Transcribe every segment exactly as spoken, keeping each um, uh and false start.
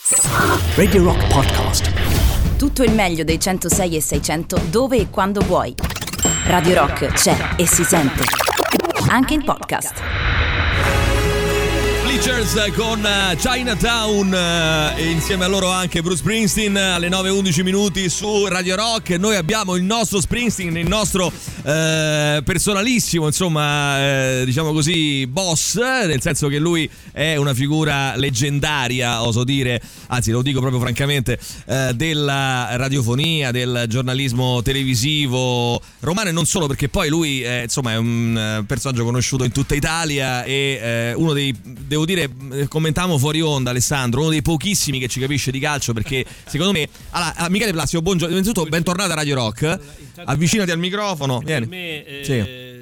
Radio Rock Podcast. Tutto il meglio dei centosei e seicento dove e quando vuoi. Radio Rock c'è e si sente anche in podcast. Bleachers con Chinatown e insieme a loro anche Bruce Springsteen alle nove e undici minuti su Radio Rock. Noi abbiamo il nostro Springsteen, il nostro eh, personalissimo, insomma, eh, diciamo così, boss, nel senso che lui è una figura leggendaria, oso dire, anzi lo dico proprio francamente, eh, della radiofonia, del giornalismo televisivo romano, e non solo, perché poi lui eh, insomma è un personaggio conosciuto in tutta Italia e eh, uno dei, devo dire, commentavamo fuori onda, Alessandro, uno dei pochissimi che ci capisce di calcio, perché secondo me, allora, Michele Plassico, buongiorno, innanzitutto bentornato a Radio Rock, avvicinati al microfono. Per me eh, sì.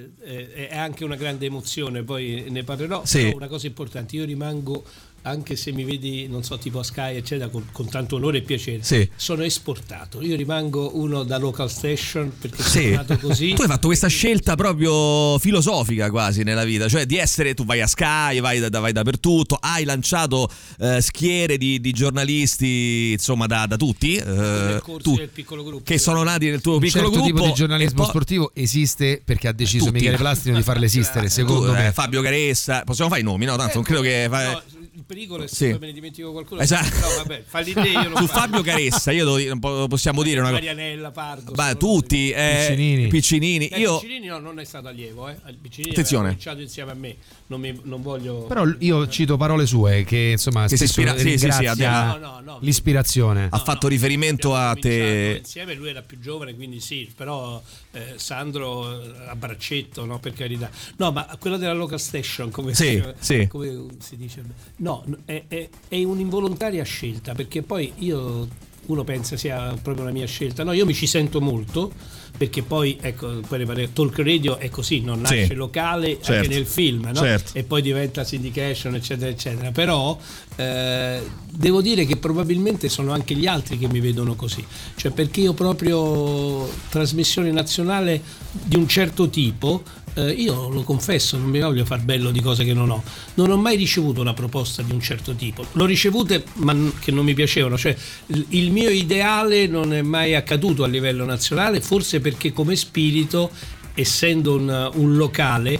eh, è anche una grande emozione, poi ne parlerò, sì. Però una cosa importante, io rimango, anche se mi vedi, non so, tipo a Sky eccetera, con, con tanto onore e piacere, sì. Sono esportato, io rimango uno da local station perché sì. Sono nato così. Tu hai fatto questa scelta proprio filosofica quasi nella vita, cioè di essere, tu vai a Sky, vai, da, vai dappertutto, hai lanciato eh, schiere di, di giornalisti, insomma, da, da tutti, eh, tu, del piccolo gruppo, che sono nati nel tuo un piccolo certo gruppo. tipo di giornalismo poi... sportivo esiste perché ha deciso tutti. Michele Plastino di farlo esistere, secondo tu, me. Eh, Fabio Caressa, possiamo fare i nomi? No, tanto eh, non credo che... Fa... No. Il pericolo è se sì. me ne dimentico qualcuno. Esatto. No, vabbè, falli te, io non su parlo. Fabio Caressa, io devo, possiamo dire una cosa. Marianella, Pardo. Beh, tutti, eh, Piccinini. Piccinini. Eh, io... Piccinini no, non è stato allievo, eh. Piccinini attenzione, aveva cominciato insieme a me. Non, mi, non voglio. Però io cito parole sue che insomma che si ispira, sì, sì, sì, no, no, no, l'ispirazione. Ha no, fatto no, riferimento a te. Insieme lui era più giovane, quindi sì, però eh, Sandro a braccetto, no, per carità. No, ma quello della local station, come, sì, si, sì. come si dice, no, è, è, è un'involontaria scelta, perché poi io, uno pensa sia proprio la mia scelta, no, io mi ci sento molto, perché poi, ecco, poi Talk Radio è così, non nasce sì. locale, certo. Anche nel film, no? Certo. E poi diventa syndication, eccetera, eccetera. Però eh, devo dire che probabilmente sono anche gli altri che mi vedono così, cioè perché io proprio trasmissione nazionale di un certo tipo, eh, io lo confesso, non mi voglio far bello di cose che non ho, non ho mai ricevuto una proposta di un certo tipo, l'ho ricevute ma che non mi piacevano, cioè il mio ideale non è mai accaduto a livello nazionale, forse perché come spirito, essendo un, un locale,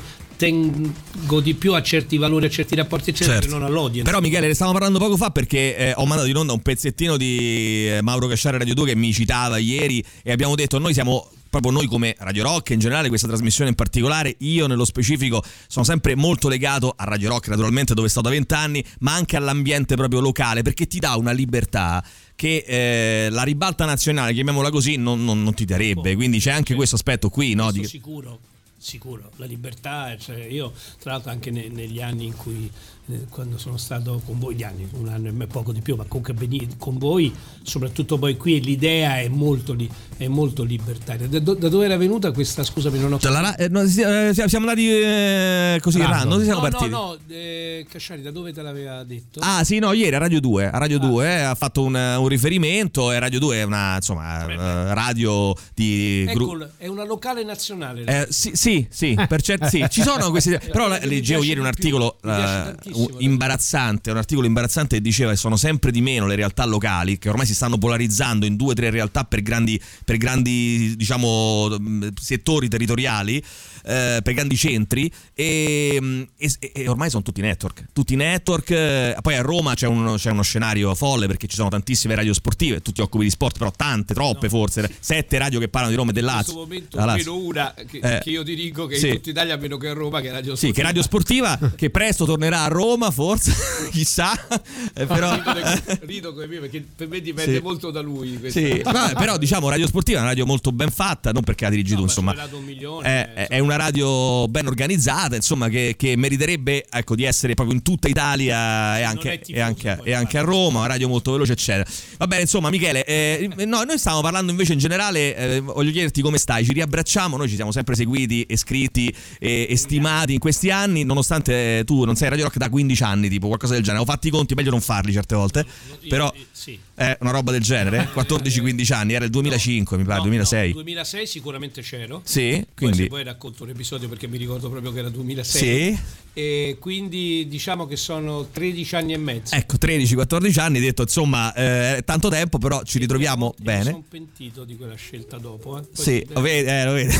tengo di più a certi valori, a certi rapporti eccetera, certo. Che non all'audience. Però Michele, ne stavamo parlando poco fa perché eh, ho mandato in onda un pezzettino di eh, Mauro Casciari Radio due che mi citava ieri e abbiamo detto noi siamo proprio noi come Radio Rock, in generale questa trasmissione in particolare, io nello specifico sono sempre molto legato a Radio Rock naturalmente dove sto da vent'anni, ma anche all'ambiente proprio locale, perché ti dà una libertà che eh, la ribalta nazionale, chiamiamola così, non, non, non ti darebbe, quindi c'è anche questo aspetto qui, no? Di... Sicuro, sicuro, la libertà, cioè io tra l'altro anche ne, negli anni in cui eh, quando sono stato con voi, gli anni, un anno e poco di più, ma comunque con voi, soprattutto poi qui l'idea è molto, è molto libertaria. Da, da dove era venuta questa, scusami, non ho la, eh, no, siamo andati eh, così random, non siamo no, partiti. No, no, eh, Casciari, da dove te l'aveva detto? Ah sì, no, ieri a Radio due, a Radio ah. due eh, ha fatto un, un riferimento, e Radio due è una, insomma, uh, radio di ecco, gru- è una locale nazionale. Eh, sì, sì, sì, per certi sì, ci sono questi, però leggevo ieri un articolo uh, imbarazzante, un articolo imbarazzante che diceva che sono sempre di meno le realtà locali, che ormai si stanno polarizzando in due o tre realtà per grandi, per grandi diciamo settori territoriali, eh, per grandi centri, e, e, e ormai sono tutti network, tutti network. Eh, poi a Roma c'è, un, c'è uno scenario folle perché ci sono tantissime radio sportive, tu ti occupi di sport, però tante, troppe no, forse, sì. Sette radio che parlano di Roma e del Lazio. In questo momento meno una che, eh, che io ti dico che sì. In tutta Italia meno che a Roma, che è radio sportiva. Sì, che radio sportiva che presto tornerà a Roma forse, chissà, eh, però rido con me perché per me dipende sì. molto da lui sì. Vabbè, però diciamo radio sportiva è una radio molto ben fatta, non perché la dirigi no, tu insomma un milione, è, eh, è una radio ben organizzata, insomma, che, che meriterebbe, ecco, di essere proprio in tutta Italia, sì, e, anche, tifoso, e, anche, e anche a Roma, una radio molto veloce eccetera. Va bene, insomma Michele, eh, no, noi stavamo parlando invece in generale, eh, voglio chiederti come stai, ci riabbracciamo, noi ci siamo sempre seguiti e scritti e, e stimati in questi anni, nonostante tu non sei Radio Rock da quindici anni, tipo qualcosa del genere. Ho fatti i conti, meglio non farli certe volte, Io- però io- sì. è una roba del genere, quattordici quindici anni, era il duemilacinque, mi pare, No, duemilasei. no, duemilasei sicuramente c'ero. Sì, Poi quindi se poi racconto un episodio perché mi ricordo proprio che era duemilasei. sì. E quindi diciamo che sono tredici anni e mezzo. Ecco, tredici quattordici anni, detto insomma, eh, è tanto tempo, però ci ritroviamo Io bene. sono pentito di quella scelta dopo. Eh. Poi- Sì, lo vedi, eh, lo vedi.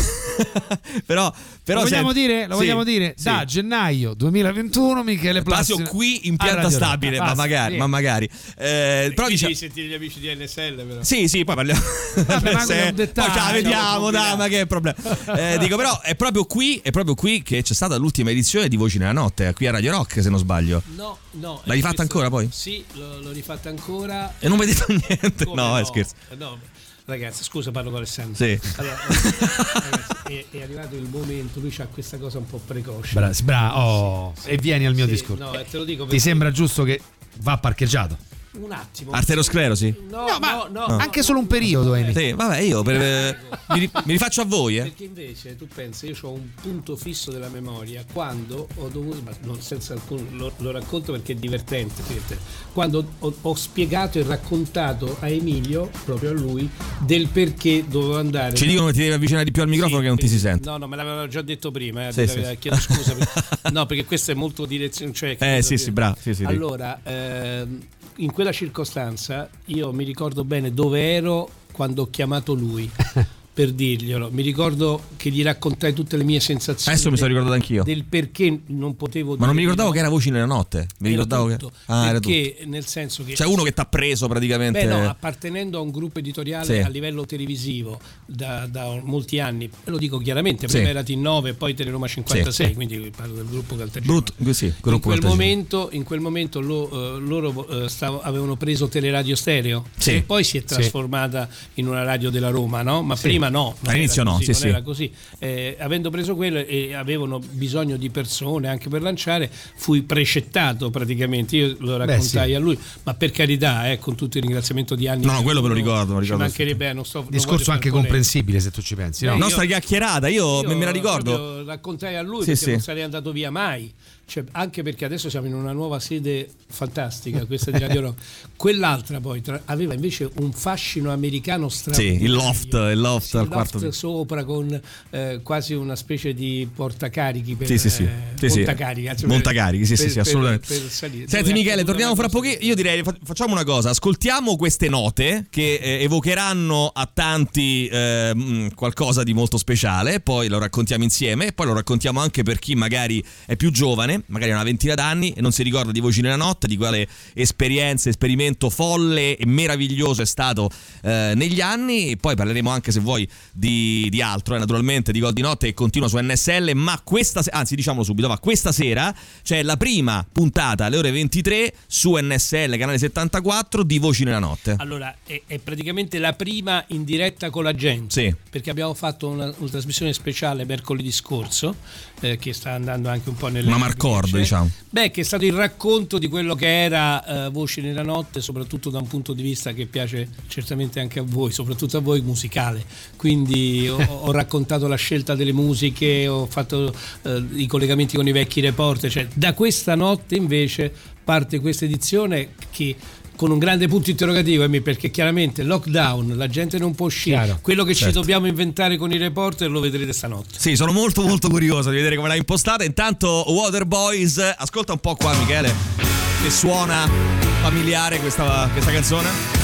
però, però Lo vogliamo senti- dire? Lo sì, vogliamo dire? sì. Da gennaio duemilaventuno Michele Plasio Plasio qui in a pianta Radio Rock. stabile, ma Basta, magari, sì. ma magari. Eh, però Quindi diciamo, devi sentire gli amici di N S L però. sì, sì, poi parliamo. Vabbè, ma quello è un Se- dettaglio, poi ce la vediamo, diciamo, dai, ma che è problema. Eh, dico, però è proprio qui, è proprio qui che c'è stata l'ultima edizione di Voci nella Notte, qui a Radio Rock, se non sbaglio. No, no. L'hai è rifatta questo- ancora poi? Sì, l'ho, l'ho rifatta ancora. E non mi hai detto niente. Come No, è scherzo. No, ragazzi, scusa, parlo con Alessandro. Sì. Allora, ragazzi, è, è arrivato il momento, lui c'ha questa cosa un po' precoce. Bra- bra- oh, e vieni al mio Sì, discorso. no, eh, te lo dico Ti perché- sembra giusto che va parcheggiato? un attimo. Arteriosclerosi? No, No, ma no, no, anche no, solo un no, periodo, no, Emi. Sì, vabbè, io per, eh, mi, ri- mi rifaccio a voi, eh. Perché invece tu pensi, io ho un punto fisso della memoria quando ho dovuto, ma non senza alcun, lo, lo racconto perché è divertente, divertente. Quando ho, ho spiegato e raccontato a Emilio, proprio a lui, del perché dovevo andare. Ci dicono che ti devi avvicinare di più al microfono Sì, che non ti si perché- sente. No, no, me l'avevano già detto prima, eh, Sì, di- sì, sì. chiedo scusa. perché- no, perché questo è molto direzione. Cioè, che Eh, cosa sì, dire? sì, bravo, sì, sì, Allora, ehm, in quella circostanza io mi ricordo bene dove ero quando ho chiamato lui per dirglielo. Mi ricordo che gli raccontai tutte le mie sensazioni. Adesso mi sono del- ricordato anch'io. Del perché non potevo Ma non mi dire ricordavo di che no. era Voci nella Notte. Mi Era ricordavo tutto, che. Ah, era tutto. perché nel senso che C'è uno che t'ha preso praticamente. Beh, no, appartenendo a un gruppo editoriale Sì. a livello televisivo da, da molti anni, e lo dico chiaramente, prima Sì. era T nove e poi Teleroma cinquantasei, Sì. quindi parlo del gruppo Caltagirone. Brutto, sì, In gruppo quel, Caltagirone. momento, in quel momento lo- eh, loro eh, stavo- avevano preso Teleradio Stereo, Sì. e poi si è Sì. trasformata in una radio della Roma, no? Ma prima no, non All'inizio era no, così, sì, non sì. era così. Eh, avendo preso quello e avevano bisogno di persone anche per lanciare, fui precettato praticamente. Io lo raccontai sì. a lui, ma per carità, eh, con tutto il ringraziamento di anni. No, no, quello me lo ricordo, me lo Ci ricordo mancherebbe, eh, non sto, non voglio Discorso far anche polemica. comprensibile se tu ci pensi, no? Beh, Nostra io- chiacchierata, io, Io me la ricordo. proprio raccontai a lui Sì, perché sì. non sarei andato via mai. Cioè, anche perché adesso siamo in una nuova sede fantastica, questa di Radio Rock. Quell'altra poi tra- aveva invece un fascino americano Sì, straordinario. il loft, il loft Sì, al il quarto. loft sopra con eh, quasi una specie di portacarichi per Sì, sì, sì. eh, Sì, sì. montacarichi, anzi, Montacarichi, sì, sì, per- sì, per- assolutamente. per salire. Senti Dove Michele, anche torniamo fra una cosa pochi. Io direi fa- facciamo una cosa, ascoltiamo queste note che eh, evocheranno a tanti eh, mh, qualcosa di molto speciale, poi lo raccontiamo insieme e poi lo raccontiamo anche per chi magari è più giovane, magari ha una ventina d'anni e non si ricorda di Voci nella Notte, di quale esperienza, esperimento folle e meraviglioso è stato eh, negli anni. E poi parleremo anche, se vuoi, di, di altro, eh, naturalmente, di Gol di Notte che continua su N S L, ma questa se- anzi diciamolo subito, ma questa sera c'è la prima puntata alle ore ventitré su N S L canale settantaquattro di Voci nella Notte. Allora, è, è praticamente la prima in diretta con la gente, Sì. perché abbiamo fatto una, una trasmissione speciale mercoledì scorso, eh, che sta andando anche un po' nelle Una Marcord, rubriche. diciamo. Beh, che è stato il racconto di quello che era eh, Voci nella Notte, soprattutto da un punto di vista che piace certamente anche a voi, soprattutto a voi, musicale. Quindi ho, ho raccontato la scelta delle musiche, ho fatto eh, i collegamenti con i vecchi reporter, cioè da questa notte invece parte questa edizione che con un grande punto interrogativo, Emi, perché chiaramente lockdown, la gente non può uscire, Chiaro. quello che Certo. ci dobbiamo inventare con i reporter lo vedrete stanotte. Sì, sono molto molto curioso di vedere come l'hai impostata. Intanto Waterboys, ascolta un po' qua Michele, che suona familiare questa, questa canzone.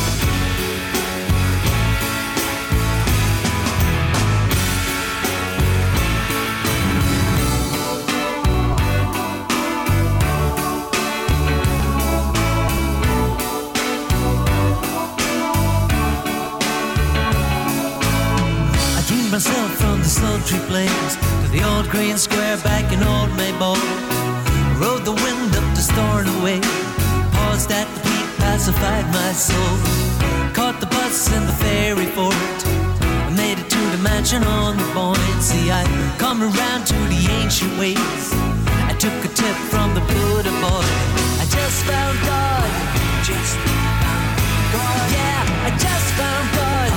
I dreamed myself from the sultry place to the old green square back in old Maybole. Rode the wind up to Stornoway, paused at the peak, pacified my soul. Caught the bus in the ferry fort, I made it to the mansion on the Boyne. I come around to the ancient ways. I took a tip from the Buddha boy. I just found God, just found God. Yeah, I just found God.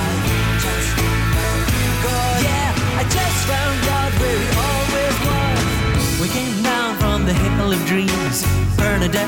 God. Yeah, I just found God where he always was. We came down from the hill of dreams,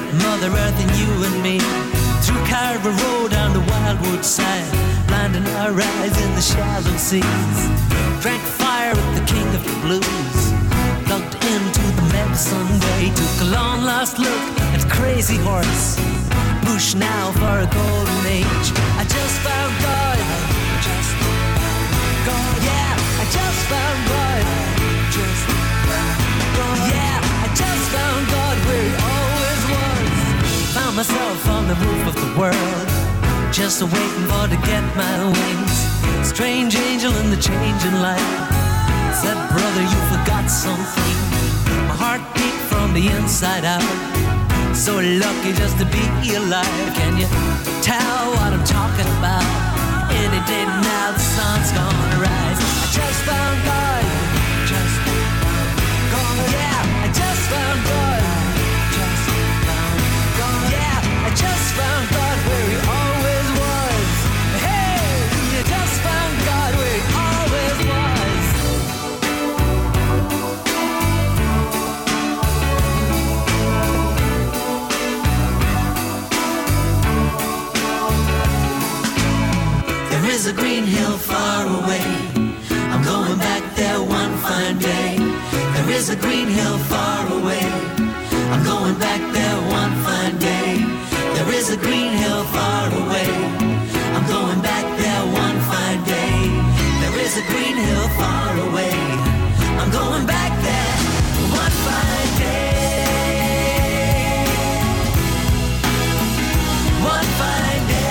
Mother Earth and you and me. Through Carver Road on the Wildwood side, blinding our eyes in the shallow seas. Drank fire with the king of the blues, plugged into the medicine way. Took a long lost look at Crazy Horse, push now for a golden age. I just found God, just God, yeah. I just found God, just God, yeah. I just found God where He always was. Found myself on the roof of the world, just waiting for to get my wings. Strange angel in the changing light said, brother, you forgot something. My heart beat from the inside out. So lucky just to be alive. Can you tell what I'm talking about? Any day now the sun's gonna rise. I just found God, just found God, yeah. I just found God, just found God, yeah. I just found God where He always was. Hey, you just found God where He always was. There is a green hill far away, I'm going back there one fine day. There is a green hill far away, I'm going back there one fine day. There is a green hill far away, I'm going back there one fine day. There is a green hill far away, I'm going back there one fine day. One fine day.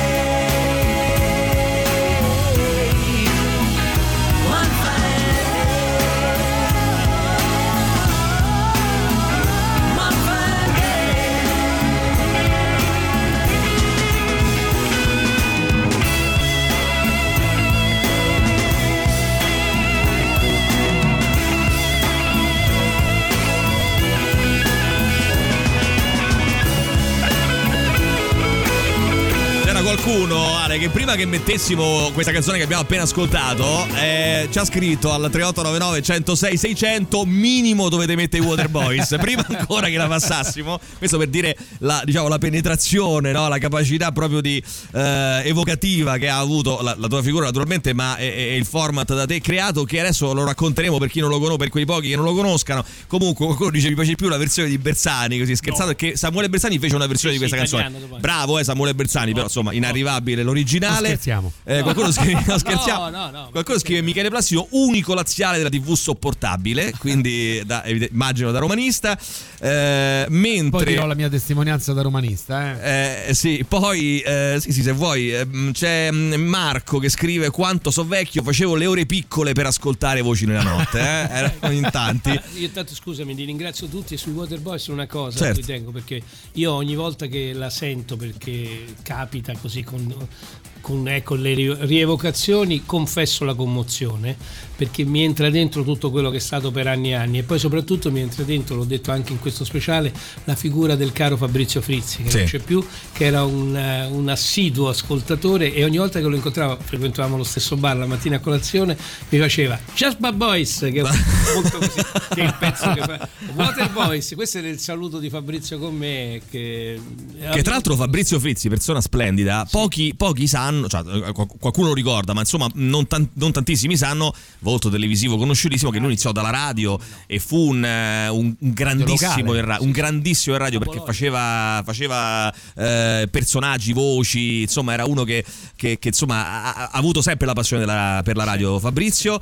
Qualcuno, Ale, che prima che mettessimo questa canzone che abbiamo appena ascoltato eh, ci ha scritto al tre otto nove nove uno zero sei sei zero zero minimo dovete mettere i Waterboys prima ancora che la passassimo. Questo per dire la, diciamo, la penetrazione, no? La capacità proprio di eh, evocativa che ha avuto la, la tua figura naturalmente, ma è, è il format da te creato, che adesso lo racconteremo per chi non lo conosce, per quei pochi che non lo conoscano. Comunque qualcuno dice mi piace più la versione di Bersani, così scherzando, no, perché Samuele Bersani fece una versione sì, di questa sì, canzone. Bravo, eh, Samuele Bersani, no, però insomma inarrivabile l'originale. Non scherziamo. Eh, qualcuno scrive, no, scherziamo. No, no, no, qualcuno scrive Michele Plassido, unico laziale della tivù sopportabile, quindi da, immagino da romanista. Eh, mentre poi dirò la mia testimonianza da romanista. Eh, eh sì, poi eh, sì, sì, se vuoi eh, c'è Marco che scrive: quanto so vecchio, facevo le ore piccole per ascoltare Voci nella notte. Eh? Erano in tanti. Io tanto scusami, ti ringrazio tutti. Sui Waterboys una cosa certo. a cui tengo, perché io ogni volta che la sento, perché capita così con, con ecco, le rievocazioni, confesso la commozione, perché mi entra dentro tutto quello che è stato per anni e anni, e poi soprattutto mi entra dentro, l'ho detto anche in questo speciale, la figura del caro Fabrizio Frizzi, che sì. non c'è più, che era un, un assiduo ascoltatore, e ogni volta che lo incontravo, frequentavamo lo stesso bar la mattina a colazione, mi faceva Just Bad Boys, che è molto così, che è il pezzo che fa Waterboys. Questo era il saluto di Fabrizio con me, che, che tra l'altro Fabrizio Frizzi, persona splendida, sì. pochi, pochi sanno, cioè, qualcuno lo ricorda, ma insomma non, tan- non tantissimi sanno, volto televisivo conosciutissimo, che lui iniziò dalla radio e fu un, un, un grandissimo in ra- un grandissimo in radio, perché faceva, faceva eh, personaggi, voci, insomma era uno che, che, che insomma ha, ha avuto sempre la passione della, per la radio, Fabrizio.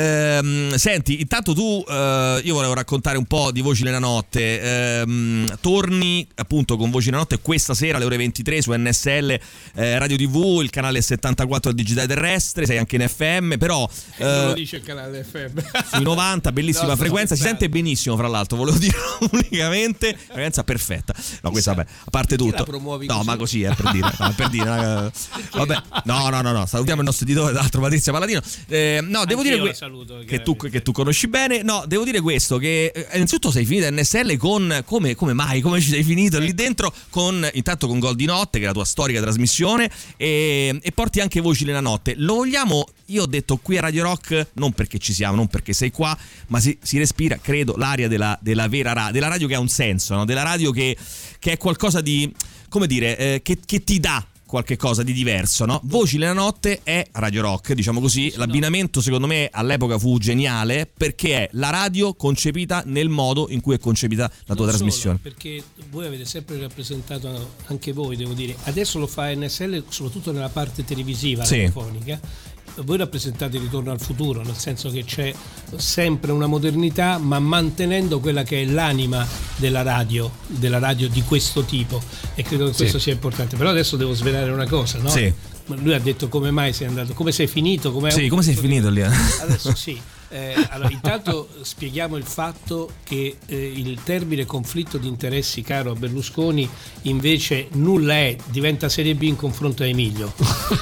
Ehm, senti, intanto tu eh, io volevo raccontare un po' di Voci nella notte. Ehm, torni appunto con Voci nella notte questa sera alle ore ventitré su N S L eh, Radio tivù, il canale settantaquattro al digitale terrestre, sei anche in F M, però eh, non lo dice il canale F M sui novanta, bellissima no, frequenza, si sente benissimo, fra l'altro, volevo dire unicamente, frequenza perfetta. No, questa vabbè, a parte tutto. No, così? Ma così è per dire, no, per dire eh, vabbè, no, no, no, no, salutiamo il nostro editore, tra l'altro, Patrizia Palladino. Eh, no, devo Anch'io dire que- saluto, che tu che tu conosci bene. No, devo dire questo, che eh, innanzitutto sei finito in N S L con come come mai, come ci sei finito lì dentro, con intanto con Gol di notte, che è la tua storica trasmissione, e e, e porti anche Voci nella notte. Lo vogliamo, io ho detto qui a Radio Rock, non perché ci siamo, non perché sei qua, ma si, si respira, credo, l'aria della, della vera radio, della radio che ha un senso, no? Della radio che, che è qualcosa di, come dire, eh, che, che ti dà qualche cosa di diverso, no? Voci nella notte è Radio Rock, diciamo così. L'abbinamento secondo me all'epoca fu geniale, perché è la radio concepita nel modo in cui è concepita la tua non trasmissione. Solo, perché voi avete sempre rappresentato, anche voi devo dire, adesso lo fa N S L soprattutto nella parte televisiva, sì, radiofonica. Voi rappresentate il ritorno al futuro, nel senso che c'è sempre una modernità, ma mantenendo quella che è l'anima della radio, della radio di questo tipo, e credo che questo sì. sia importante. Però adesso devo svelare una cosa, no? Sì. Lui ha detto come mai sei andato, come sei finito, come sì, come sei finito lì? Adesso sì. Eh, allora, intanto spieghiamo il fatto che eh, il termine conflitto di interessi caro a Berlusconi invece nulla è, diventa Serie B in confronto a Emilio.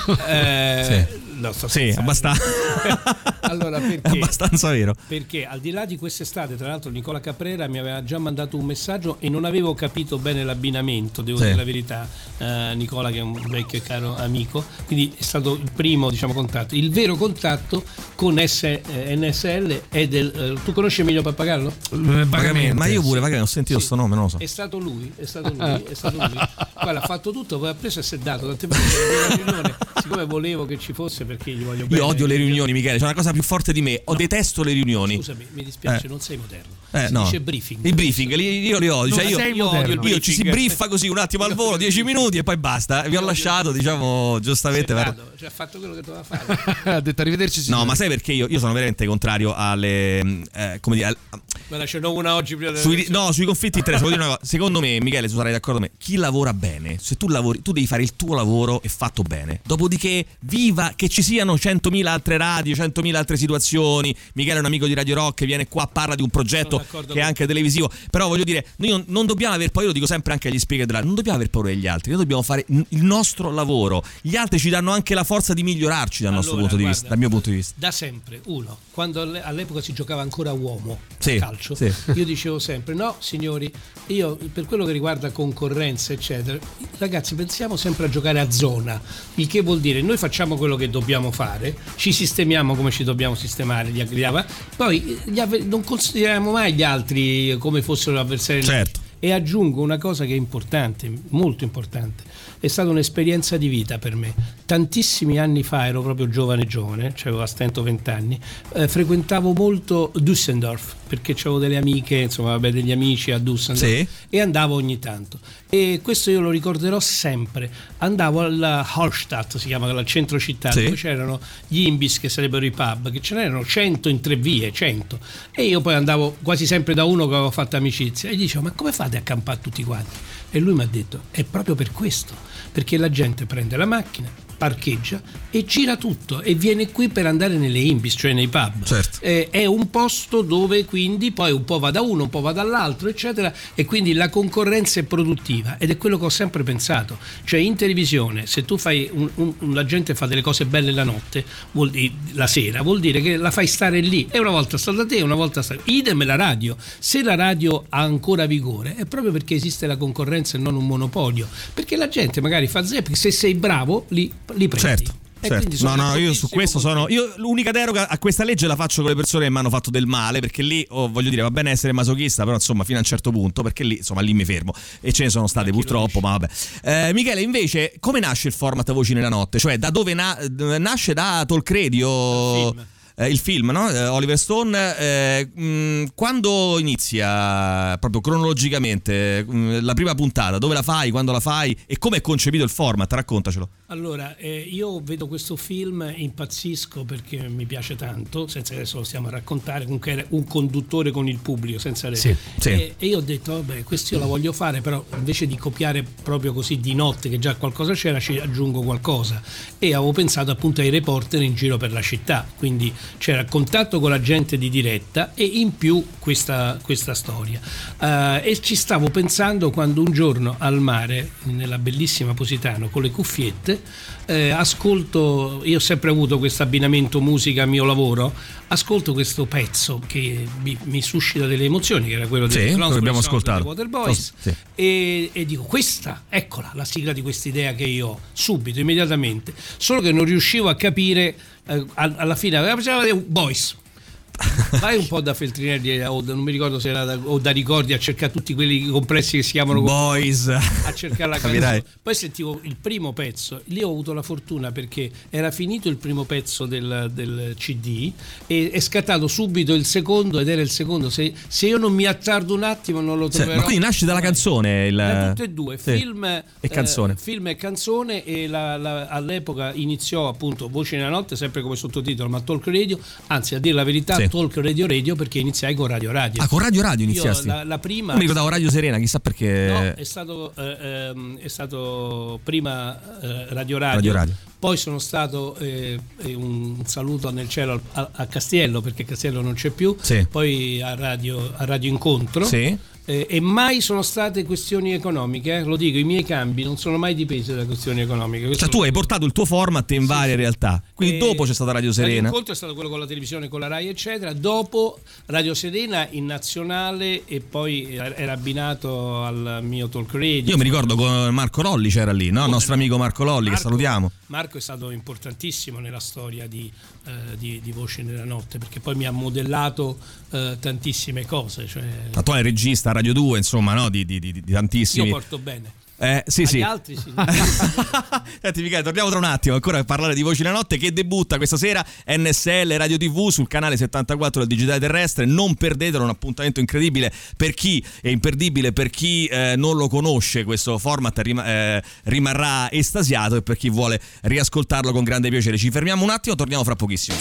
Eh, sì. No, sto sì, abbastanza. Allora, perché? È abbastanza vero. Perché al di là di quest'estate, tra l'altro, Nicola Caprera mi aveva già mandato un messaggio e non avevo capito bene l'abbinamento, devo sì. dire la verità. Uh, Nicola, che è un vecchio e caro amico, quindi è stato il primo, diciamo, contatto. Il vero contatto con S, eh, N S L è del. Uh, tu conosci Emilio Pappagallo? Vagamente. Ma io pure, vagamente, ho sentito questo sì. nome, non lo so. È stato lui, è stato lui, è stato lui. Poi l'ha fatto tutto, poi ha preso e si è dato. Tante volte, siccome volevo che ci fosse, perché gli voglio bene. Io odio le riunioni, Michele, c'è una cosa più forte di me, o no. detesto le riunioni. Scusami, mi dispiace, eh. non sei moderno. Eh, si no. dice briefing. I briefing, li, io li odio. Cioè io, io odio il briefing. Ci si briffa così un attimo al volo, dieci minuti e poi basta. Vi ho lasciato, diciamo, giustamente. Per... Cioè, ha fatto quello che doveva fare. Ha detto arrivederci. No, ma sai perché io, io sono veramente contrario alle. Eh, come dire. Al, ma ce n'ho una oggi prima sui, no, sui conflitti di interesse. Secondo me, Michele, tu sarai d'accordo con me. Chi lavora bene, se tu lavori, tu devi fare il tuo lavoro e fatto bene. Dopodiché, viva che ci siano centomila altre radio, centomila altre situazioni. Michele è un amico di Radio Rock, viene qua, parla di un progetto che è anche televisivo. Però voglio dire, noi non, non dobbiamo aver paura, io lo dico sempre anche agli speaker della, non dobbiamo aver paura degli altri, noi dobbiamo fare il nostro lavoro. Gli altri ci danno anche la forza di migliorarci dal allora, nostro punto guarda, di vista, dal mio punto di vista. Da sempre, uno, quando all'epoca si giocava ancora a uomo sì, a calcio, sì. io dicevo sempre, no signori, io per quello che riguarda concorrenza eccetera, ragazzi pensiamo sempre a giocare a zona, il che vuol dire noi facciamo quello che dobbiamo fare, ci sistemiamo come ci dobbiamo sistemare, gli aggrediamo, poi gli avver- non consideriamo mai gli altri come fossero avversari. Certo. E aggiungo una cosa che è importante, molto importante, è stata un'esperienza di vita per me. Tantissimi anni fa, ero proprio giovane giovane, cioè avevo a stento vent'anni, eh, frequentavo molto Düsseldorf, perché avevo delle amiche, insomma, vabbè, degli amici a Düsseldorf, sì. e andavo ogni tanto. E questo io lo ricorderò sempre. Andavo al Hallstatt, si chiama, al centro città, sì. dove c'erano gli Imbis, che sarebbero i pub, che ce n'erano cento in tre vie, cento. E io poi andavo quasi sempre da uno che avevo fatto amicizia e gli dicevo, ma come fate a campare tutti quanti? E lui mi ha detto, è proprio per questo, perché la gente prende la macchina, parcheggia e gira tutto e viene qui per andare nelle Imbis, cioè nei pub. Certo. Eh, è un posto dove quindi poi un po' va da uno, un po' va dall'altro, eccetera, e quindi la concorrenza è produttiva, ed è quello che ho sempre pensato. Cioè in televisione, se tu fai un, un, la gente fa delle cose belle la notte, vuol dire, la sera, vuol dire che la fai stare lì, e una volta sta da te, una volta sta. Idem la radio. Se la radio ha ancora vigore è proprio perché esiste la concorrenza e non un monopolio, perché la gente magari fa zapping, se sei bravo li li prendi. Certo. Certo. No, no, io su questo sono. Io l'unica deroga a questa legge la faccio con le persone che mi hanno fatto del male, perché lì, oh, voglio dire, va bene essere masochista, però insomma fino a un certo punto, perché lì, insomma, lì mi fermo. E ce ne sono state purtroppo, ma vabbè. Eh, Michele, invece, come nasce il format Voci nella notte? Cioè, da dove na- nasce da Talk Radio? Eh, il film, no? Eh, Oliver Stone, eh, mh, quando inizia proprio cronologicamente mh, la prima puntata, dove la fai, quando la fai e come è concepito il format? Raccontacelo. Allora, eh, io vedo questo film, impazzisco perché mi piace tanto, senza che adesso lo stiamo a raccontare, comunque era un conduttore con il pubblico, senza re. Sì, sì. E, e io ho detto, vabbè, questo io la voglio fare, però invece di copiare proprio così di notte, che già qualcosa c'era, ci aggiungo qualcosa. E avevo pensato appunto ai reporter in giro per la città, quindi c'era contatto con la gente di diretta e in più questa, questa storia. Uh, e ci stavo pensando quando un giorno al mare, nella bellissima Positano, con le cuffiette, eh, ascolto, io ho sempre avuto questo abbinamento musica mio lavoro, ascolto questo pezzo che mi, mi suscita delle emozioni, che era quello sì, del che abbiamo ascoltato, Waterboys, sì. e, e dico, questa, eccola la sigla di quest'idea che io ho subito, immediatamente, solo che non riuscivo a capire, eh, alla fine aveva Boys. Vai un po' da Feltrinelli o da, non mi ricordo se era da, o da Ricordi a cercare tutti quelli complessi che si chiamano Boys, a cercare la canzone. Poi sentivo il primo pezzo, lì ho avuto la fortuna perché era finito il primo pezzo del, del C D e è scattato subito il secondo ed era il secondo. Se, se io non mi attardo un attimo non lo troverò. Ma quindi nasce dalla canzone il... da tutte e due, sì. film e canzone, eh, film e canzone, e la, la, all'epoca iniziò appunto Voci nella notte sempre come sottotitolo, ma Talk Radio, anzi a dire la verità, sì. Talk Radio Radio, perché iniziai con Radio Radio. Ah, con Radio Radio iniziasti? Io la, la prima... Non mi ricordavo Radio Serena, chissà perché... No, è stato, eh, ehm, è stato prima eh, Radio Radio, Radio Radio. Poi sono stato, eh, un saluto nel cielo a, a Castiello, perché Castiello non c'è più, sì. Poi a Radio, a Radio Incontro, sì. eh, e mai sono state questioni economiche, eh? Lo dico, i miei cambi non sono mai dipesi da questioni economiche. Questo cioè tu hai portato il tuo format in sì, varie sì. realtà, quindi e dopo c'è stata Radio Serena. Radio Incontro è stato quello con la televisione, con la Rai eccetera, dopo Radio Serena in nazionale e poi era abbinato al mio Talk Radio. Io mi ricordo con Marco Lolli c'era lì, no? Il nostro amico Marco Lolli, Marco, che salutiamo. Marco è stato importantissimo nella storia di, eh, di, di Voci nella notte, perché poi mi ha modellato eh, tantissime cose, cioè... attuale regista Radio due, insomma, no? Di, di, di, di tantissimi. Io porto bene. Eh, sì, agli sì. altri sì. Senti Michele, torniamo tra un attimo ancora a parlare di Voci nella notte, che debutta questa sera N S L Radio tivù sul canale settantaquattro del digitale terrestre. Non perdetelo, un appuntamento incredibile per chi è imperdibile, per chi eh, non lo conosce. Questo format rim- eh, rimarrà estasiato, e per chi vuole riascoltarlo con grande piacere. Ci fermiamo un attimo, torniamo fra pochissimo.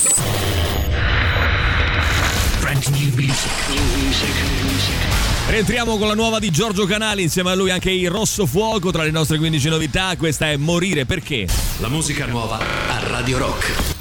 Rientriamo con la nuova di Giorgio Canali, insieme a lui anche il Rosso Fuoco. Tra le nostre quindici novità questa è Morire perché. La musica nuova a Radio Rock.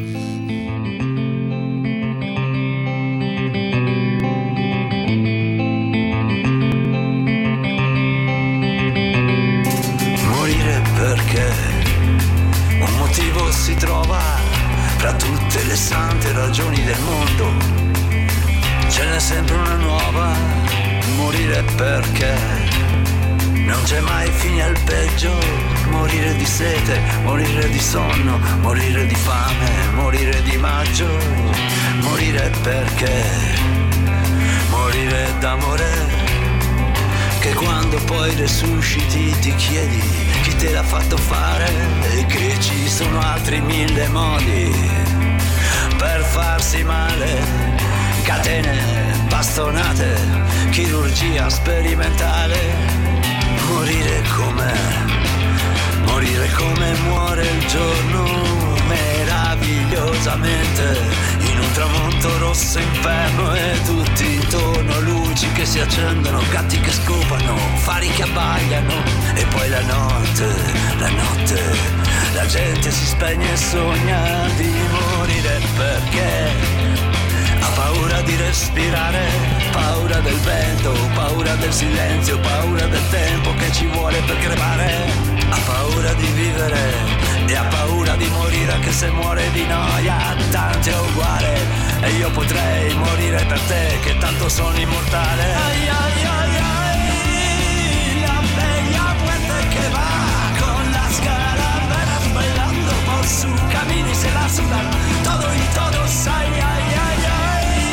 Morire perché un motivo si trova fra tutte le sante ragioni del mondo. Ce n'è sempre una nuova. Morire perché non c'è mai fine al peggio. Morire di sete, morire di sonno, morire di fame, morire di maggio. Morire perché morire d'amore, che quando poi resusciti ti chiedi chi te l'ha fatto fare, e che ci sono altri mille modi per farsi male. Catene, bastonate, chirurgia sperimentale. Morire com'è, morire come muore il giorno, meravigliosamente, in un tramonto rosso inferno, e tutti intorno luci che si accendono, gatti che scopano, fari che abbagliano, e poi la notte, la notte, la gente si spegne e sogna di morire perché ha paura di respirare, paura del vento, paura del silenzio, paura del tempo che ci vuole per crepare. Ha paura di vivere e ha paura di morire, anche se muore di noia, tanto è uguale. E io potrei morire per te, che tanto sono immortale. Ai ai ai ai, la bella muerte che va con la scaravera bailando por su camino y se la sudan todo y todo, sai ai ai ai.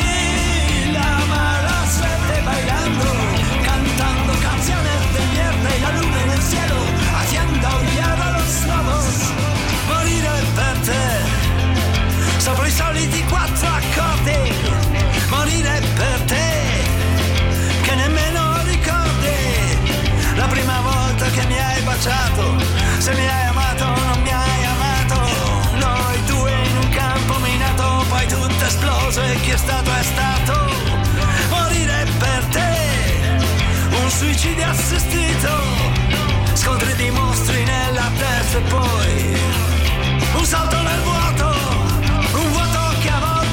Bailando, cantando canciones de mierda y la luna en el cielo, haciendo aullar a los lobos. Morire per te, sopra i soliti quattro accordi. Morire per te, che nemmeno ricordi la prima volta che mi hai baciato. Se mi hai amato o non mi hai amato, noi due in un campo minato, poi tutto esploso e chi è stato è stato. Morire per te, un suicidio assistito, scontri di mostri nella testa e poi un salto nel vuoto, un vuoto che a volte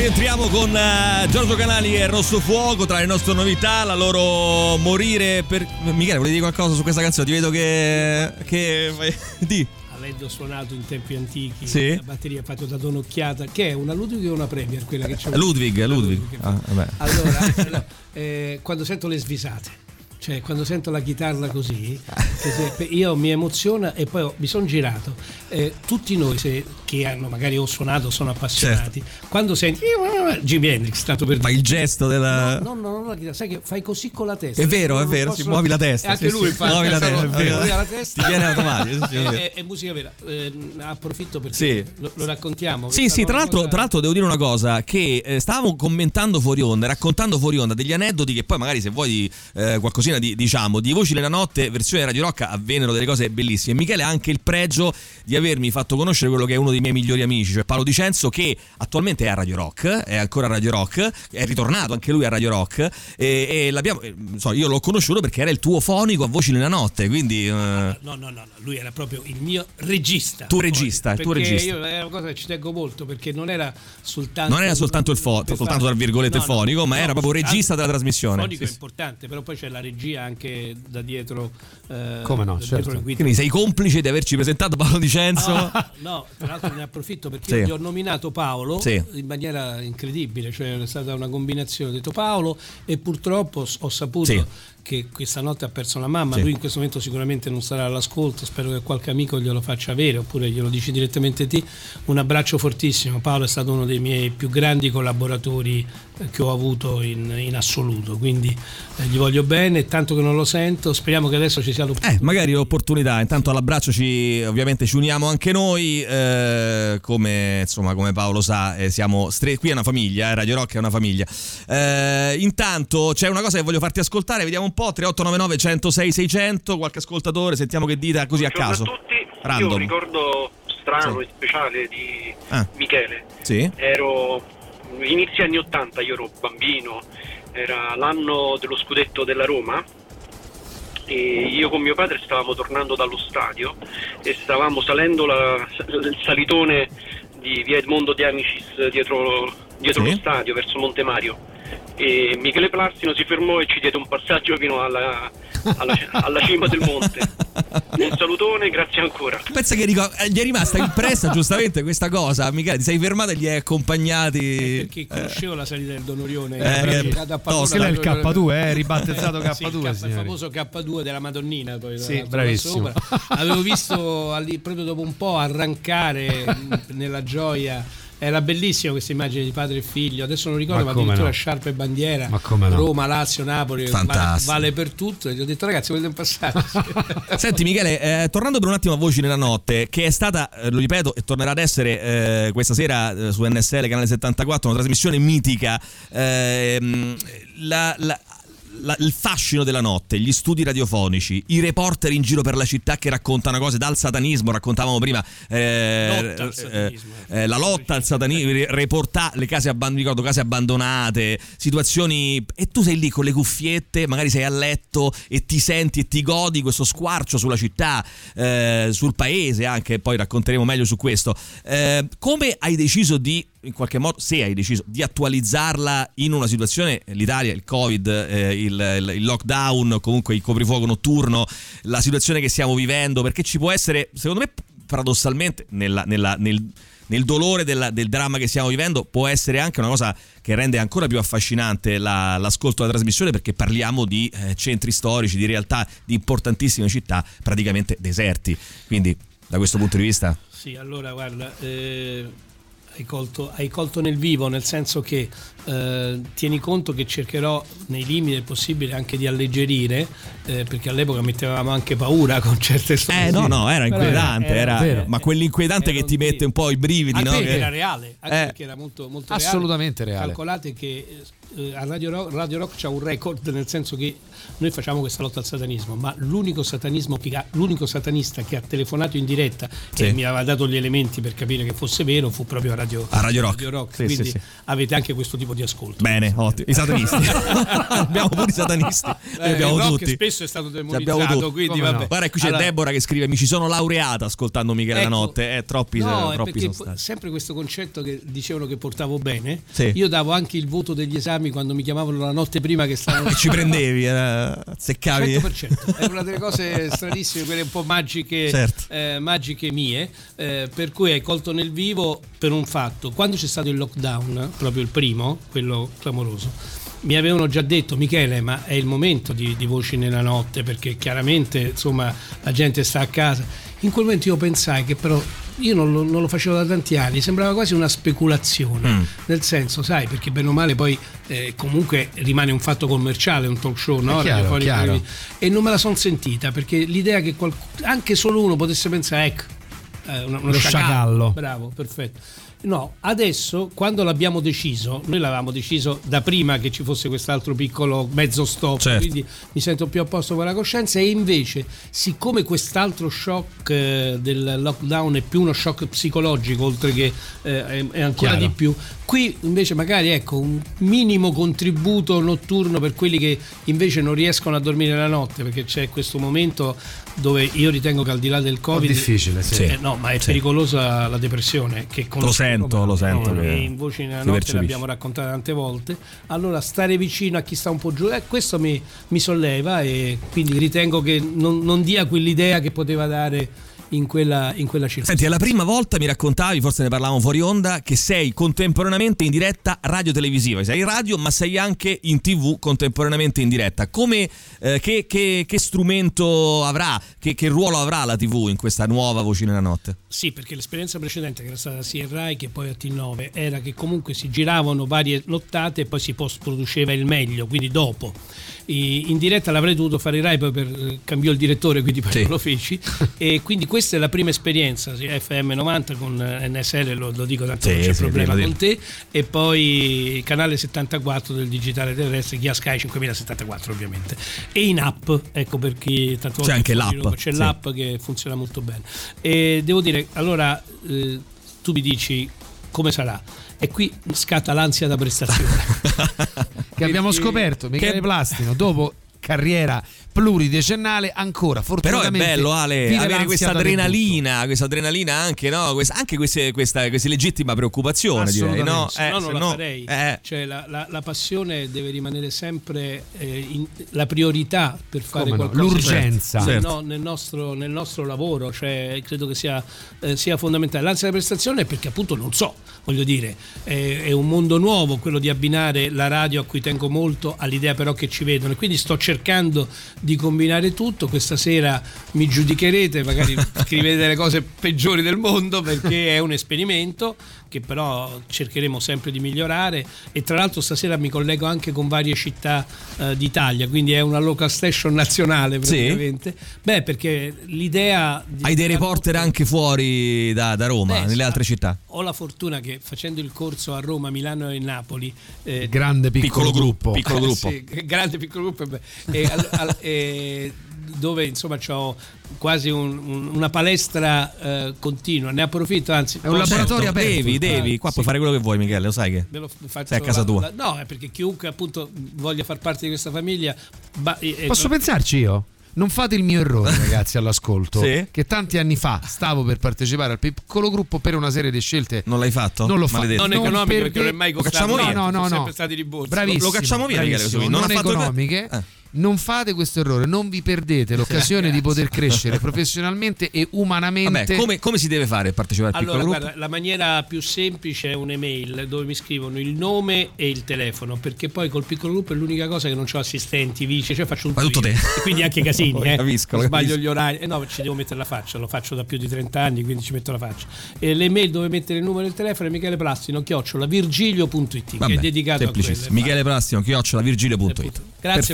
rientriamo con uh, Giorgio Canali e Rosso Fuoco. Tra le nostre novità, la loro Morire per... Michele, volevi dire qualcosa su questa canzone? Ti vedo che... che... Di. Avendo suonato in tempi antichi, sì. La batteria fatto da Don Occhiata, che è una Ludwig o una Premier? Quella che c'è. Ludwig, Ludwig. Ludwig. Ah, vabbè. Allora, eh, quando sento le svisate, cioè quando sento la chitarra così, io mi emoziona e poi mi sono girato. Eh, tutti noi se, che hanno magari o suonato sono appassionati, certo. Quando senti Jimi Hendrix, stato per fai il gesto della no no no, no la chitarra, sai che fai così con la testa, è vero è vero posso... si muovi la testa, anche sì, lui sì, fa muovi la testa, muovi la testa ti viene automatico, sì, è, è, è musica vera. Eh, approfitto perché sì. lo, lo raccontiamo. Sì sì, tra l'altro, cosa... tra l'altro devo dire una cosa, che eh, stavamo commentando fuori onda, raccontando fuori onda degli aneddoti che poi magari se vuoi eh, qualcosina di, diciamo di Voci nella Notte versione Radio Rock avvennero delle cose bellissime. Michele ha anche il pregio di avermi fatto conoscere quello che è uno dei miei migliori amici, cioè Paolo Dicenzo, che attualmente è a Radio Rock, è ancora a Radio Rock, è ritornato anche lui a Radio Rock e, e l'abbiamo, so, io l'ho conosciuto perché era il tuo fonico a Voci nella Notte, quindi uh... no, no no no lui era proprio il mio regista, tu regista, il tuo regista. Io è una cosa che ci tengo molto, perché non era soltanto non era soltanto il fo- soltanto tra virgolette no, no, fonico, ma no, era proprio regista della trasmissione. Il fonico sì, è importante, però poi c'è la regia anche da dietro. Eh, Come no, certo. Quindi sei complice di averci presentato Paolo Dicenzo? Ah, no, tra l'altro ne approfitto perché sì. Io gli ho nominato Paolo sì. In maniera incredibile, cioè è stata una combinazione, ho detto Paolo e purtroppo ho saputo sì. Che questa notte ha perso la mamma, sì. Lui in questo momento sicuramente non sarà all'ascolto, spero che qualche amico glielo faccia avere oppure glielo dici direttamente te. Un abbraccio fortissimo, Paolo è stato uno dei miei più grandi collaboratori che ho avuto in, in assoluto, quindi eh, gli voglio bene, tanto che non lo sento, speriamo che adesso ci sia l'opportunità. Eh, magari l'opportunità, intanto all'abbraccio ci ovviamente ci uniamo anche noi, eh, come insomma come Paolo sa, eh, siamo stre- qui è una famiglia, eh, Radio Rock è una famiglia. Eh, intanto c'è una cosa che voglio farti ascoltare, vediamo un po', tre otto nove nove uno zero sei sei zero zero, qualche ascoltatore, sentiamo che dita così a caso. Buongiorno a tutti, random. Io un ricordo strano sì. e speciale di ah. Michele. Sì. Ero inizi anni ottanta, io ero bambino, era l'anno dello scudetto della Roma e io con mio padre stavamo tornando dallo stadio e stavamo salendo la, il salitone di via Edmondo de Amicis dietro, dietro sì. Lo stadio verso Monte Mario e Michele Plastino si fermò e ci diede un passaggio fino alla, alla, alla cima del monte. Un salutone, grazie ancora. Pensa che ricordo, gli è rimasta impressa giustamente questa cosa. Michele, ti sei fermato e li hai accompagnati eh, perché conoscevo eh. la salita del Don Orione eh, eh, da Padula, è il K due, eh, ribattezzato K due, sì, il famoso K due della Madonnina poi sì, bravissimo. Avevo visto lì, proprio dopo un po' arrancare nella gioia. Era bellissima questa immagine di padre e figlio, adesso non ricordo, ma, ma addirittura no. Sciarpa e bandiera, no. Roma, Lazio, Napoli, vale, vale per tutto. E gli ho detto ragazzi volete passare? Senti Michele, eh, tornando per un attimo a Voci nella Notte, che è stata, eh, lo ripeto, e tornerà ad essere eh, questa sera eh, su N S L canale settantaquattro, una trasmissione mitica, eh, la, la La, il fascino della notte, gli studi radiofonici, i reporter in giro per la città che raccontano cose dal satanismo, raccontavamo prima eh, lotta al satanismo, eh, eh, la lotta al satanismo, reporta- le case, abband- ricordo, case abbandonate, situazioni, e tu sei lì con le cuffiette, magari sei a letto e ti senti e ti godi questo squarcio sulla città, eh, sul paese anche, poi racconteremo meglio su questo. Eh, come hai deciso di, in qualche modo, se hai deciso di attualizzarla in una situazione, l'Italia, il Covid, eh, il, il, il lockdown, comunque il coprifuoco notturno, la situazione che stiamo vivendo, perché ci può essere, secondo me, paradossalmente, nella, nella, nel, nel dolore della, del dramma che stiamo vivendo, può essere anche una cosa che rende ancora più affascinante la, l'ascolto della trasmissione, perché parliamo di eh, centri storici, di realtà, di importantissime città praticamente deserti. Quindi, da questo punto di vista... Sì, allora guarda... Eh... Hai colto, hai colto nel vivo, nel senso che eh, tieni conto che cercherò nei limiti del possibile anche di alleggerire, eh, perché all'epoca mettevamo anche paura con certe storie. Eh no, no, era inquietante, era, era, ma quell'inquietante che ti mette un po' i brividi, anche no? perché che... era reale, anche eh, perché era molto, molto assolutamente reale. reale. Calcolate che eh, a Radio Rock, Radio Rock c'ha un record, nel senso che noi facciamo questa lotta al satanismo, ma l'unico satanismo che ha, l'unico satanista che ha telefonato in diretta sì. e mi aveva dato gli elementi per capire che fosse vero fu proprio a Radio, a Radio Rock, Radio Rock. Sì, quindi sì, sì. avete anche questo tipo di ascolto. Bene, ottimo. I satanisti abbiamo pure i satanisti, eh, abbiamo il rock tutti. Spesso è stato abbiamo demonizzato, tutti. quindi Come vabbè. No. Guarda, qui c'è allora, Deborah che scrive: mi ci sono laureata ascoltando Michele ecco, la notte. Eh, troppi, no, eh, troppi perché sono stati. sempre questo concetto che dicevano che portavo bene, sì. io davo anche il voto degli esami quando mi chiamavano la notte prima che stavano e ci prendevi, eh, azzeccavi cento per cento. È una delle cose stranissime, quelle un po' magiche, certo. eh, magiche mie, eh, per cui hai colto nel vivo per un fatto. Quando c'è stato il lockdown, proprio il primo, quello clamoroso, mi avevano già detto: Michele, ma è il momento di, di Voci nella notte, perché chiaramente insomma la gente sta a casa. In quel momento io pensai che però io non lo, non lo facevo da tanti anni, sembrava quasi una speculazione, mm. nel senso, sai, perché bene o male poi eh, comunque rimane un fatto commerciale, un talk show, no? Chiaro, chiaro. E non me la sono sentita, perché l'idea che qualc- anche solo uno potesse pensare, ecco, eh, uno, uno lo sciacallo, sciacallo, bravo, perfetto. No, adesso quando l'abbiamo deciso, noi l'avevamo deciso da prima che ci fosse quest'altro piccolo mezzo stop, certo. quindi mi sento più a posto con la coscienza, e invece siccome quest'altro shock eh, del lockdown è più uno shock psicologico oltre che eh, è, è ancora Chiaro. di più, qui invece magari ecco un minimo contributo notturno per quelli che invece non riescono a dormire la notte, perché c'è questo momento dove io ritengo che al di là del Covid è difficile, sì. eh, no, ma è sì. pericolosa la depressione, che lo sento, lo sento no, che in Voci nella notte l'abbiamo raccontata tante volte. Allora stare vicino a chi sta un po' giù, eh, questo mi, mi solleva, e quindi ritengo che non, non dia quell'idea che poteva dare in quella, in quella circostanza. Senti, è la prima volta, mi raccontavi, forse ne parlavamo fuori onda, che sei contemporaneamente in diretta radio-televisiva. Sei in radio ma sei anche in tv contemporaneamente in diretta. Come, eh, che, che, che strumento avrà, che, che ruolo avrà la tv in questa nuova Voci nella notte? Sì, perché l'esperienza precedente, che era stata sia in Rai che poi a T nove, era che comunque si giravano varie nottate e poi si post produceva il meglio, quindi dopo. In diretta l'avrei dovuto fare in Rai, poi per, cambiò il direttore, quindi poi sì. non lo feci, e quindi questa è la prima esperienza, sì, F M novanta con N S L, lo, lo dico tanto, sì, non c'è sì, problema con te, e poi canale settantaquattro del digitale terrestre, chi ha Sky cinquemilasettantaquattro ovviamente, e in app, ecco, per chi tanto c'è anche l'app, c'è sì. l'app che funziona molto bene. E devo dire, allora eh, tu mi dici come sarà, e qui scatta l'ansia da prestazione che abbiamo scoperto Michele che... Plastino dopo carriera pluridecennale ancora fortunatamente. Però è bello, Ale, avere questa adrenalina, questa adrenalina anche, no? Questa, anche queste, questa, questa legittima preoccupazione, direi, no? Se eh, no non la no, farei. Eh. Cioè la, la, la passione deve rimanere sempre eh, in, la priorità per fare Come qualcosa. No? L'urgenza. Certo. No, nel, nostro, nel nostro lavoro, cioè credo che sia, eh, sia fondamentale. L'ansia da prestazione è perché appunto non so, voglio dire, è, è un mondo nuovo quello di abbinare la radio, a cui tengo molto, all'idea però che ci vedono, e quindi sto cercando di combinare tutto. Questa sera mi giudicherete, magari scrivete le cose peggiori del mondo, perché è un esperimento che però cercheremo sempre di migliorare, e tra l'altro stasera mi collego anche con varie città eh, d'Italia, quindi è una local station nazionale praticamente. Sì? Beh, perché l'idea di hai dei reporter anche fuori da, da Roma, Beh, nelle altre città. Ho la fortuna che facendo il corso a Roma, Milano e Napoli, eh, grande piccolo, piccolo gruppo, piccolo gruppo. Sì, grande piccolo gruppo, beh, e, al, al, e, dove insomma c'ho quasi un, un, una palestra eh, continua, ne approfitto, anzi è un laboratorio certo, aperto. Devi, devi, qua sì. puoi fare quello che vuoi, Michele, lo sai che me lo faccio, sei a casa tua. La, no, è perché chiunque appunto voglia far parte di questa famiglia ba, eh, posso eh, pensarci io? Non fate il mio errore, ragazzi, all'ascolto. Sì? Che tanti anni fa stavo per partecipare al piccolo gruppo per una serie di scelte. Non l'hai fatto? Non l'ho fatto. Non, non economiche, per perché non è mai costato. Lo cacciamo via. No, no, no. Sempre stati di borsa. Bravissimo. Lo cacciamo via, Michele, così. Non, non non ha fatto economiche. Eh. Non fate questo errore, non vi perdete l'occasione di poter crescere professionalmente e umanamente. Vabbè, come, come si deve fare per partecipare al allora, piccolo gruppo? Guarda, la maniera più semplice è un'email dove mi scrivono il nome e il telefono, perché poi col piccolo gruppo è l'unica cosa che non ho assistenti, vice, cioè faccio un Ma tutto te. E quindi anche casini, eh. Capisco, sbaglio capisco. gli orari, eh no, ci devo mettere la faccia, lo faccio da più di trenta anni, quindi ci metto la faccia. E l'email dove mettere il numero e il telefono è Michele Plastino chiocciola virgilio punto it, che è dedicato a quello. Michele Plastino chiocciola virgilio punto it. Grazie. Perfetto. Per questa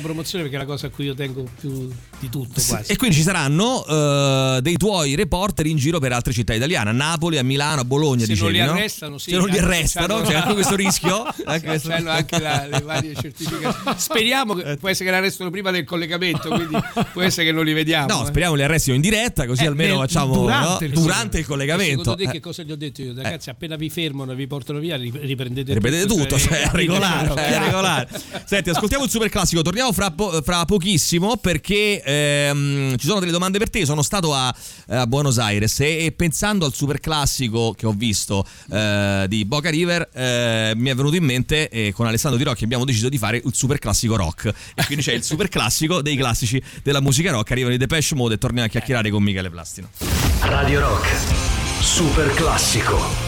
promozione perché è la cosa a cui io tengo più di tutto quasi. E quindi ci saranno uh, dei tuoi reporter in giro per altre città italiane, a Napoli, a Milano, a Bologna. Se dicevi, non li no? arrestano, sì. Se non li arrestano, c'è anche questo rischio. Anche questo... C'hanno anche la, le varie certificazioni. Speriamo che può essere che l'arrestano prima del collegamento, quindi può essere che non li vediamo. No, eh. speriamo li arrestino in diretta, così Eh, almeno nel- facciamo durante no? il durante il collegamento. Secondo te Eh. che cosa gli ho detto io? Ragazzi, appena vi fermano e vi portano via, riprendete, Riprendete tutto, cioè, cioè, a regolare, cioè, a regolare. Senti, ascoltiamo il super classico, torniamo fra, po- fra pochissimo perché ehm, ci sono delle domande per te. Sono stato a, a Buenos Aires e, e pensando al super classico che ho visto eh, di Boca River eh, mi è venuto in mente e con Alessandro Di Rocchi abbiamo deciso di fare il super classico rock e quindi c'è il super classico dei classici della musica rock. Arrivano i Depeche Mode e torniamo a chiacchierare con Michele Plastino. Radio Rock, super classico.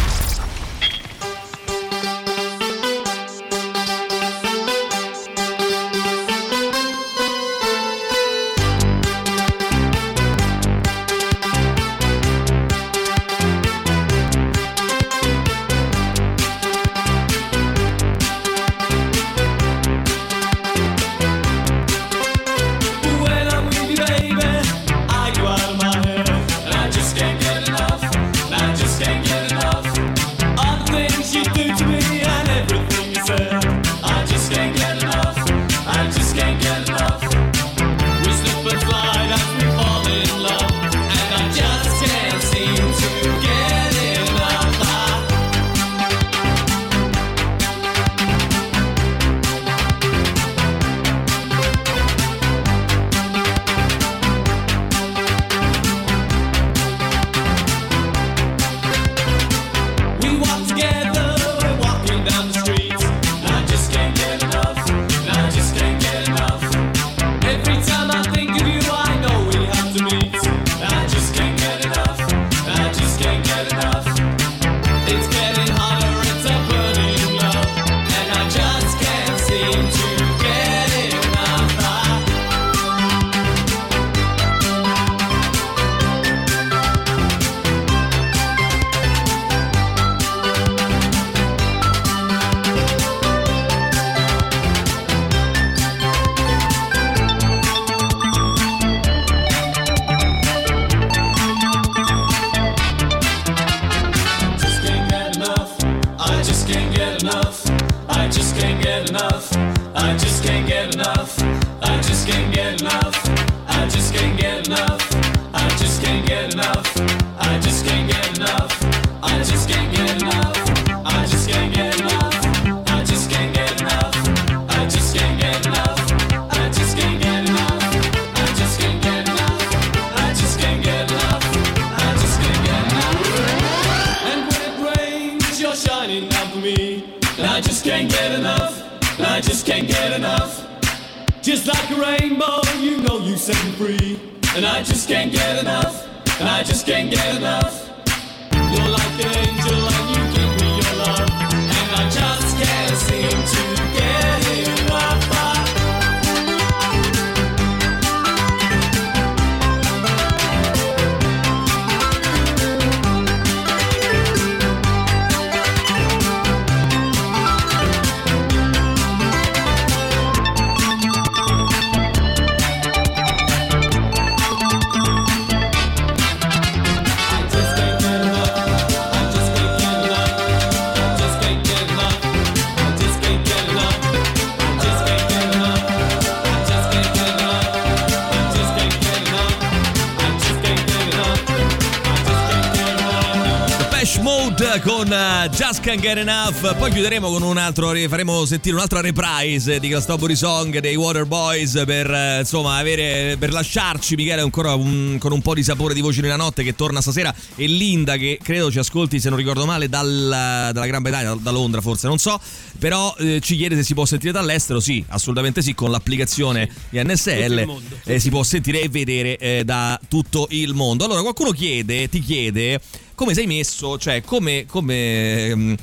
Con uh, Just Can't Get Enough. Poi chiuderemo con un altro, faremo sentire un'altra reprise di Glastonbury Song dei Waterboys per uh, insomma avere, per lasciarci Michele ancora un, con un po' di sapore di Voci nella notte, che torna stasera, e Linda che credo ci ascolti, se non ricordo male, dalla, dalla Gran Bretagna, da Londra forse, non so, però eh, ci chiede se si può sentire dall'estero. Sì, assolutamente sì, con l'applicazione di N S L eh, si può sentire e vedere eh, da tutto il mondo. Allora qualcuno chiede, ti chiede come sei messo, cioè come, come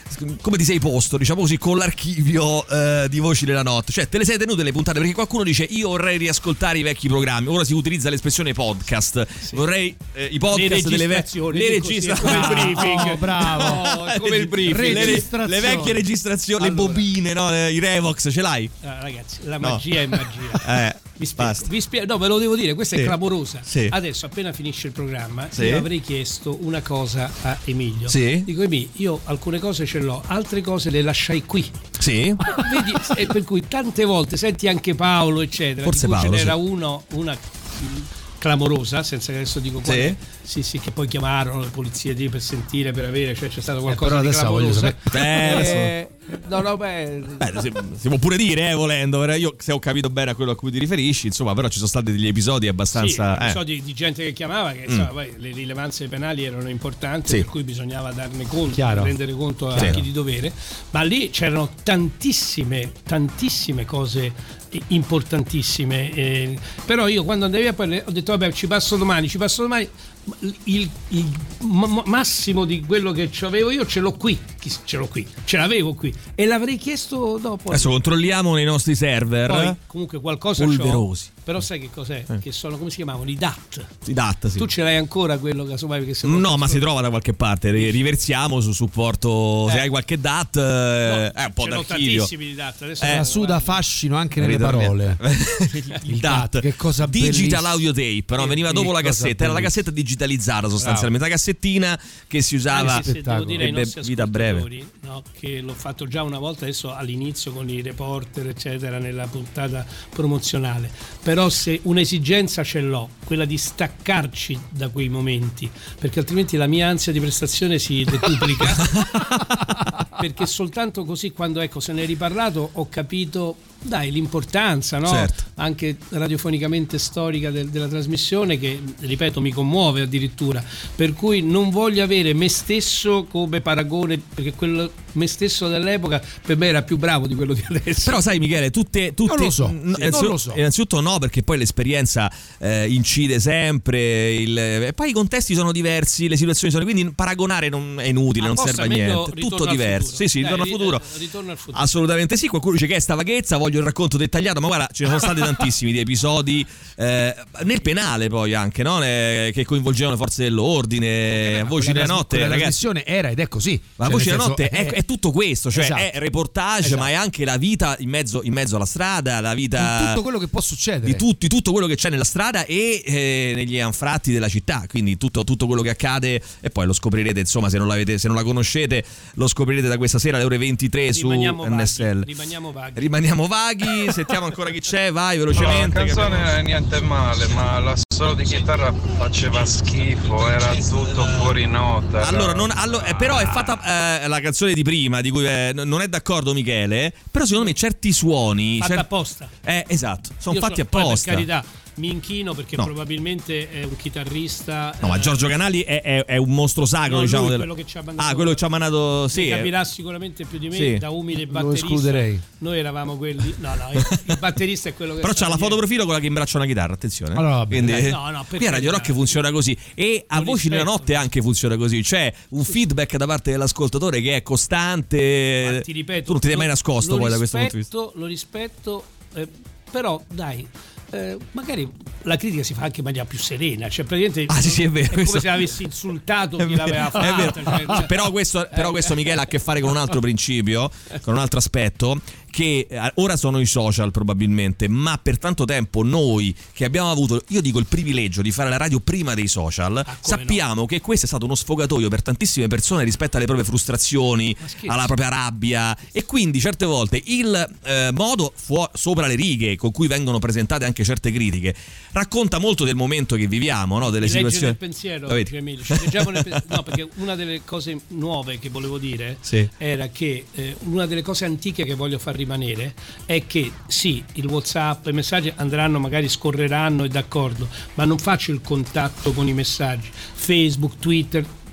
come ti sei posto, diciamo così, con l'archivio eh, di Voci della Notte? Cioè, te le sei tenute le puntate? Perché qualcuno dice io vorrei riascoltare i vecchi programmi. Ora si utilizza l'espressione podcast. Sì. Vorrei eh, i podcast le delle vecchie le registrazioni, come il briefing. Oh, bravo. No, come il briefing. Le, le vecchie registrazioni, allora, le bobine, no? I Revox, ce l'hai? Ah, ragazzi, la magia no. è magia. Eh, vi spiego, vi spiego, no, ve lo devo dire, questa sì. è clamorosa. Sì. Adesso, appena finisce il programma, sì. io avrei chiesto una cosa a Emilio. Sì. Dico, Emilio, io alcune cose ce l'ho, altre cose le lasciai qui. Sì. Vedi, e per cui tante volte senti anche Paolo, eccetera. Forse di cui Paolo, ce n'era sì. uno, una clamorosa, senza che adesso dico qual è. Sì, sì, che poi chiamarono le polizie lì per sentire, per avere, cioè c'è stato qualcosa eh, di clamorosa. Eh, no, no, beh, beh si, si può pure dire, eh, volendo. Io, se ho capito bene a quello a cui ti riferisci, insomma, però ci sono stati degli episodi abbastanza. Sì, episodi eh. di gente che chiamava, che insomma, mm. poi le rilevanze penali erano importanti, sì. per cui bisognava darne conto, Chiaro. rendere conto a Chiaro. chi di dovere. Ma lì c'erano tantissime, tantissime cose importantissime. Eh, però io quando andai via poi ho detto vabbè, ci passo domani, ci passo domani. Il, il m- massimo di quello che avevo io ce l'ho qui, ce l'ho qui, ce l'avevo qui e l'avrei chiesto dopo. Adesso controlliamo nei nostri server. Poi comunque qualcosa polverosi. c'ho, però sai che cos'è? Eh. Che sono, come si chiamavano? I D A T. I D A T, sì. Tu ce l'hai ancora quello, casomai? Perché se no, ma si trova da qualche parte. Riversiamo su supporto. Eh. Se hai qualche D A T, no, eh, è un po' d'archivio. Tantissimi di D A T. Adesso eh, su da fascino anche nelle Ritorniamo. parole. Il D A T, che cosa Digital bellissima. Audio Tape, no? Veniva dopo la cassetta, era la cassetta digitalizzata sostanzialmente, la cassettina che si usava. Anche se devo dire ai nostri vita breve. No, che l'ho fatto già una volta, adesso all'inizio con i reporter eccetera nella puntata promozionale, però se un'esigenza ce l'ho, quella di staccarci da quei momenti, perché altrimenti la mia ansia di prestazione si decuplica. Perché soltanto così, quando ecco se ne è riparlato, ho capito dai l'importanza, no? Certo. Anche radiofonicamente storica del, della trasmissione, che ripeto mi commuove addirittura, per cui non voglio avere me stesso come paragone, perché quello me stesso dell'epoca per me era più bravo di quello di adesso. Però sai Michele, tutte, tutte non lo so, n- sì, non lo so. Innanzitutto no, perché poi l'esperienza eh, incide sempre, il, e poi i contesti sono diversi, le situazioni sono, quindi paragonare non è inutile, non serve a niente, tutto diverso. Sì, sì, Dai, ritorno al futuro. Ritorno al futuro. Assolutamente sì. Qualcuno dice che è sta vaghezza, voglio il racconto dettagliato, ma guarda, ce ne sono stati tantissimi di episodi eh, nel penale poi anche, no? Eh, che coinvolgevano le forze dell'ordine, eh, Voci della Notte, la ragazzi. trasmissione era ed è così. Ma cioè, Voci della senso, Notte è, è, è tutto questo, cioè esatto. è reportage, esatto. ma è anche la vita in mezzo, in mezzo alla strada, la vita, tutto quello che può succedere, di tutti, tutto quello che c'è nella strada e eh, negli anfratti della città, quindi tutto, tutto quello che accade, e poi lo scoprirete, insomma, se non l'avete, se non la conoscete, lo scoprirete da questa sera alle ore ventitré rimaniamo su vaghi, N S L. Rimaniamo vaghi. Rimaniamo vaghi, sentiamo ancora chi c'è, vai velocemente. No, la canzone non è niente male, ma la solo di chitarra faceva schifo, era tutto fuori nota. Allora, non, allora eh, però è fatta eh, la canzone di prima, di cui eh, non è d'accordo Michele, però secondo me certi suoni fatta cer- apposta. Eh, esatto, sono Io fatti so, poi, apposta. per carità, mi inchino perché No. probabilmente è un chitarrista. No, ma Giorgio Canali è, è, è un mostro sacro, no, diciamo. lui, del... quello che ci ha mandato, ah, quello che ci ha mandato, sì. ne è... capirà sicuramente più di me, sì. da umile Lo batterista. escluderei. Noi eravamo quelli. No, no, il, il batterista è quello che. Però c'ha la foto profilo con la che imbraccia una chitarra, attenzione. Allora, vabbè, quindi eh, no, no, qui a Radio Rock funziona così, e a Lo Voci della rispetto. Notte anche funziona così, c'è un feedback da parte dell'ascoltatore che è costante. Ma ti ripeto, tu non ti sei mai lo- nascosto lo poi da questo punto di vista. rispetto- Lo rispetto, eh, però dai. Eh, magari la critica si fa anche in maniera più serena, cioè praticamente Ah, sì, sì, è vero, come questo- se avessi insultato È chi vero, l'aveva è vero. fatta, cioè, Ah, però questo, però questo Michele ha a che fare con un altro principio, con un altro aspetto, che eh, ora sono i social probabilmente, ma per tanto tempo noi che abbiamo avuto, io dico, il privilegio di fare la radio prima dei social, Ah, come sappiamo che questo è stato uno sfogatoio per tantissime persone rispetto alle proprie frustrazioni, Ma scherzi. alla propria rabbia, e quindi certe volte il eh, modo fu- sopra le righe con cui vengono presentate anche certe critiche racconta molto del momento che viviamo, no? Delle Ti legge situazioni. nel pensiero, Lo vedi? Emilio, ci leggiamo nel pensiero. No, perché una delle cose nuove che volevo dire Sì. era che eh, una delle cose antiche che voglio far rimanere è che sì, il WhatsApp, i messaggi andranno, magari scorreranno, e d'accordo, ma non faccio il contatto con i messaggi. Facebook, Twitter,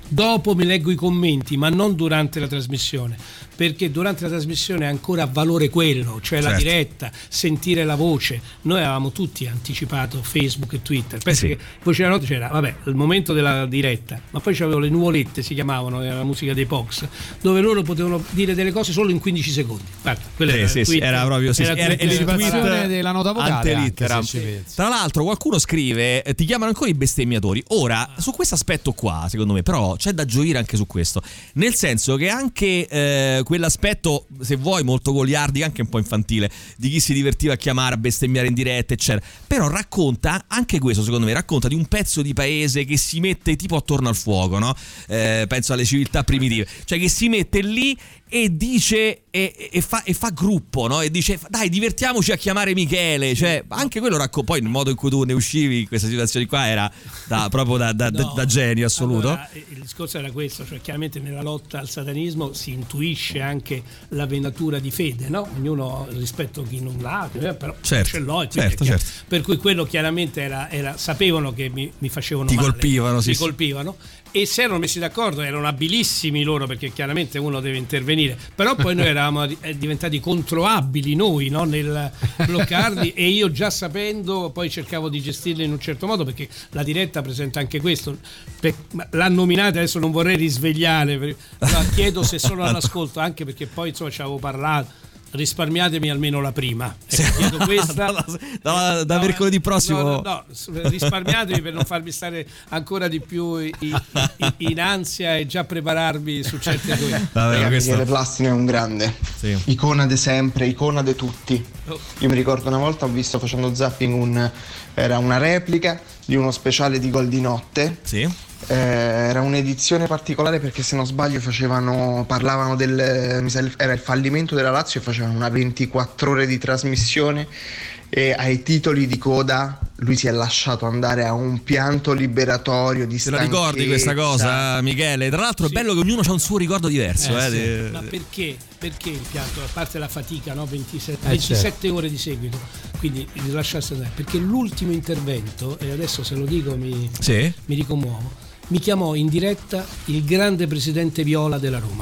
dopo mi leggo i commenti, ma non durante la trasmissione, perché durante la trasmissione ha ancora valore quello, cioè certo. la diretta, sentire la voce. Noi avevamo tutti anticipato Facebook e Twitter, penso eh sì. che Voce della Notte c'era, vabbè, il momento della diretta, ma poi c'avevo le nuvolette, si chiamavano, era la musica dei Pox, dove loro potevano dire delle cose solo in quindici secondi. Guarda, sì, era, sì, sì, era proprio sì, era, era, era il tweet della nota vocale anche, tra l'altro qualcuno scrive, ti chiamano ancora i bestemmiatori. Ora, su questo aspetto qua, secondo me, però c'è da gioire anche su questo, nel senso che anche eh, quell'aspetto, se vuoi, molto goliardico, anche un po' infantile, di chi si divertiva a chiamare, a bestemmiare in diretta, eccetera, però racconta, anche questo secondo me, racconta di un pezzo di paese che si mette tipo attorno al fuoco, no? Eh, penso alle civiltà primitive, cioè che si mette lì e dice e, e, fa, e fa gruppo, no? E dice dai, divertiamoci a chiamare Michele, cioè anche quello racconta. Poi il modo in cui tu ne uscivi in questa situazione qua era da, proprio da, da, no, da genio assoluto. Allora, il discorso era questo, cioè chiaramente nella lotta al satanismo si intuisce anche la venatura di fede, no? Ognuno rispetto a chi non l'ha, però certo, ce l'ho, certo, certo. Per cui quello chiaramente era, era sapevano che mi, mi facevano ti male, colpivano, sì, mi sì. colpivano. E si erano messi d'accordo, erano abilissimi loro, perché chiaramente uno deve intervenire, però poi noi eravamo diventati controabili noi, no? Nel bloccarli, e io già sapendo poi cercavo di gestirli in un certo modo, perché la diretta presenta anche questo. L'ha nominata, adesso non vorrei risvegliare, la chiedo se sono all'ascolto, anche perché poi insomma ci avevo parlato. Risparmiatemi almeno la prima, ecco, chiedo questa da, da, da no, mercoledì prossimo. no, no, no, risparmiatemi per non farmi stare ancora di più in, in, in ansia e già prepararvi su certe cose. Ragazzi, Michele Plastino è un grande, sì. Icona de sempre, icona de tutti. Oh. Io mi ricordo una volta ho visto facendo zapping un, era una replica di uno speciale di Gol di Notte. Sì. Eh, era un'edizione particolare perché, se non sbaglio, facevano parlavano del mi sa, era il fallimento della Lazio e facevano una ventiquattro ore di trasmissione, e ai titoli di coda lui si è lasciato andare a un pianto liberatorio di stanchezza. Te la ricordi questa cosa, Michele? Tra l'altro sì. È bello che ognuno ha un suo ricordo diverso, eh, eh, sì. eh. Ma perché? Perché il pianto, a parte la fatica, no? ventisette, eh, ventisette certo. ore di seguito, quindi di lasciarsi andare, perché l'ultimo intervento, e adesso se lo dico mi, sì. mi ricommuovo, mi chiamò in diretta il grande presidente Viola della Roma,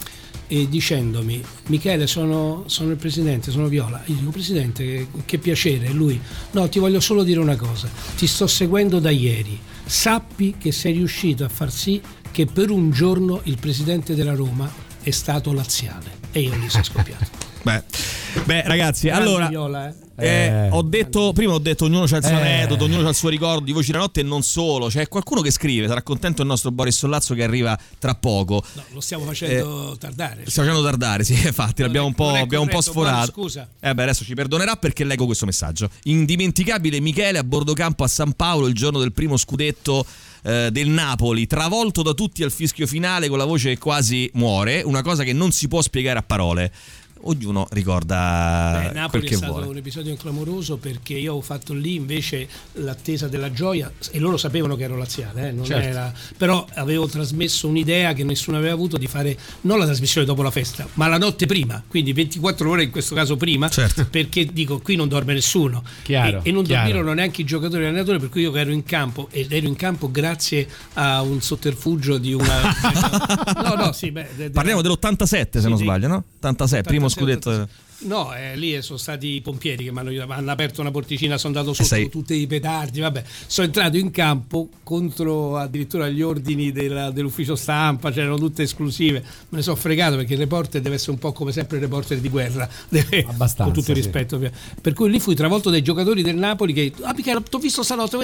e dicendomi: Michele, sono, sono il presidente, sono Viola. Io dico: presidente, che, che piacere. E lui: no, ti voglio solo dire una cosa, ti sto seguendo da ieri, sappi che sei riuscito a far sì che per un giorno il presidente della Roma è stato laziale. E io lì sono scoppiato. Beh, beh ragazzi, grande allora Viola, eh. Eh, ho detto prima ho detto ognuno c'ha il suo eh. aneddoto, ognuno c'ha il suo ricordo di Voci della Notte, e non solo. C'è qualcuno che scrive, sarà contento il nostro Boris Sollazzo, che arriva tra poco. No, lo stiamo facendo eh, tardare. Cioè. Stiamo facendo tardare, sì, infatti non l'abbiamo è, un po', abbiamo un po' sforato. Scusa. Eh beh, adesso ci perdonerà perché leggo questo messaggio. Indimenticabile Michele a bordo campo a San Paolo il giorno del primo scudetto eh, del Napoli, travolto da tutti al fischio finale con la voce che quasi muore, una cosa che non si può spiegare a parole. Ognuno ricorda. Beh, Napoli quel che è stato vuole. Un episodio clamoroso, perché io ho fatto lì invece l'attesa della gioia, e loro sapevano che ero laziale, eh, non certo. era, però avevo trasmesso un'idea che nessuno aveva avuto, di fare non la trasmissione dopo la festa, ma la notte prima, quindi ventiquattro ore in questo caso prima, certo. perché dico qui non dorme nessuno, chiaro, e, e non chiaro. dormirono neanche i giocatori e l'allenatore, per cui io ero in campo, ed ero in campo grazie a un sotterfugio di una no no sì beh, de, de, parliamo dell'ottantasette, se sì, non sbaglio, no? ottantasette, primo scudetto. ottantasette. No, eh, lì sono stati i pompieri che mi hanno, hanno aperto una porticina, sono andato sotto Sei... tutti i petardi, vabbè, sono entrato in campo contro addirittura gli ordini della, dell'ufficio stampa, c'erano tutte esclusive, me ne sono fregato, perché il reporter deve essere un po' come sempre il reporter di guerra, deve, abbastanza, con tutto il rispetto, sì. Per cui lì fui travolto dai giocatori del Napoli che: ah Michele, ti ho visto stanotte,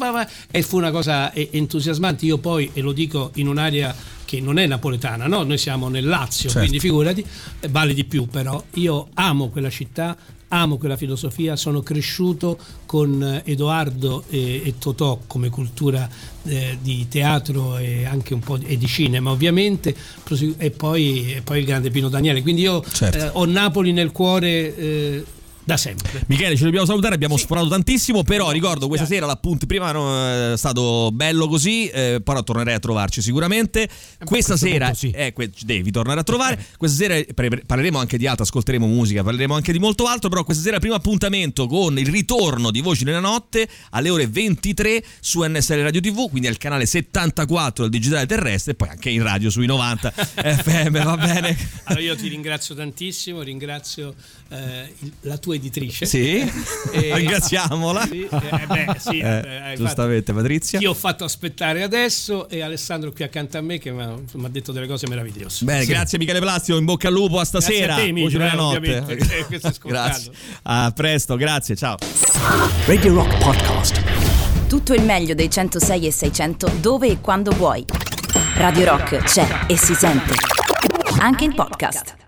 e fu una cosa entusiasmante. Io poi, e lo dico in un'area che non è napoletana, no? Noi siamo nel Lazio, certo. Quindi figurati, vale di più, però io amo quella città, amo quella filosofia, sono cresciuto con Edoardo e, e Totò come cultura eh, di teatro e anche un po' di, e di cinema ovviamente, e poi, e poi il grande Pino Daniele, quindi io certo. eh, ho Napoli nel cuore eh, Da sempre. Michele, ci dobbiamo salutare, abbiamo sì. sforato tantissimo, però ricordo questa sera l'appunto prima no, è stato bello così, eh, però tornerei a trovarci sicuramente. Eh, questa sera sì. eh, que- devi tornare a trovare. Eh. Questa sera pre- parleremo anche di altro, ascolteremo musica, parleremo anche di molto altro, però questa sera il primo appuntamento con il ritorno di Voci nella Notte alle ore ventitré su N S L Radio tivù, quindi al canale settantaquattro del digitale terrestre e poi anche in radio sui novanta F M, va bene? Allora io ti ringrazio tantissimo, ringrazio eh, la tua editrice. Sì, e, ringraziamola. Sì, eh, beh, sì, eh, eh, giustamente, Patrizia. Ti ho fatto aspettare adesso e Alessandro qui accanto a me che mi ha detto delle cose meravigliose. Bene, sì. Grazie Michele Plastico, in bocca al lupo a stasera. Grazie a te, Voci nella notte. eh, questo è grazie. A presto, grazie, ciao. Radio Rock Podcast. Tutto il meglio dei centosei e seicento dove e quando vuoi. Radio Rock c'è e si sente. Anche in podcast.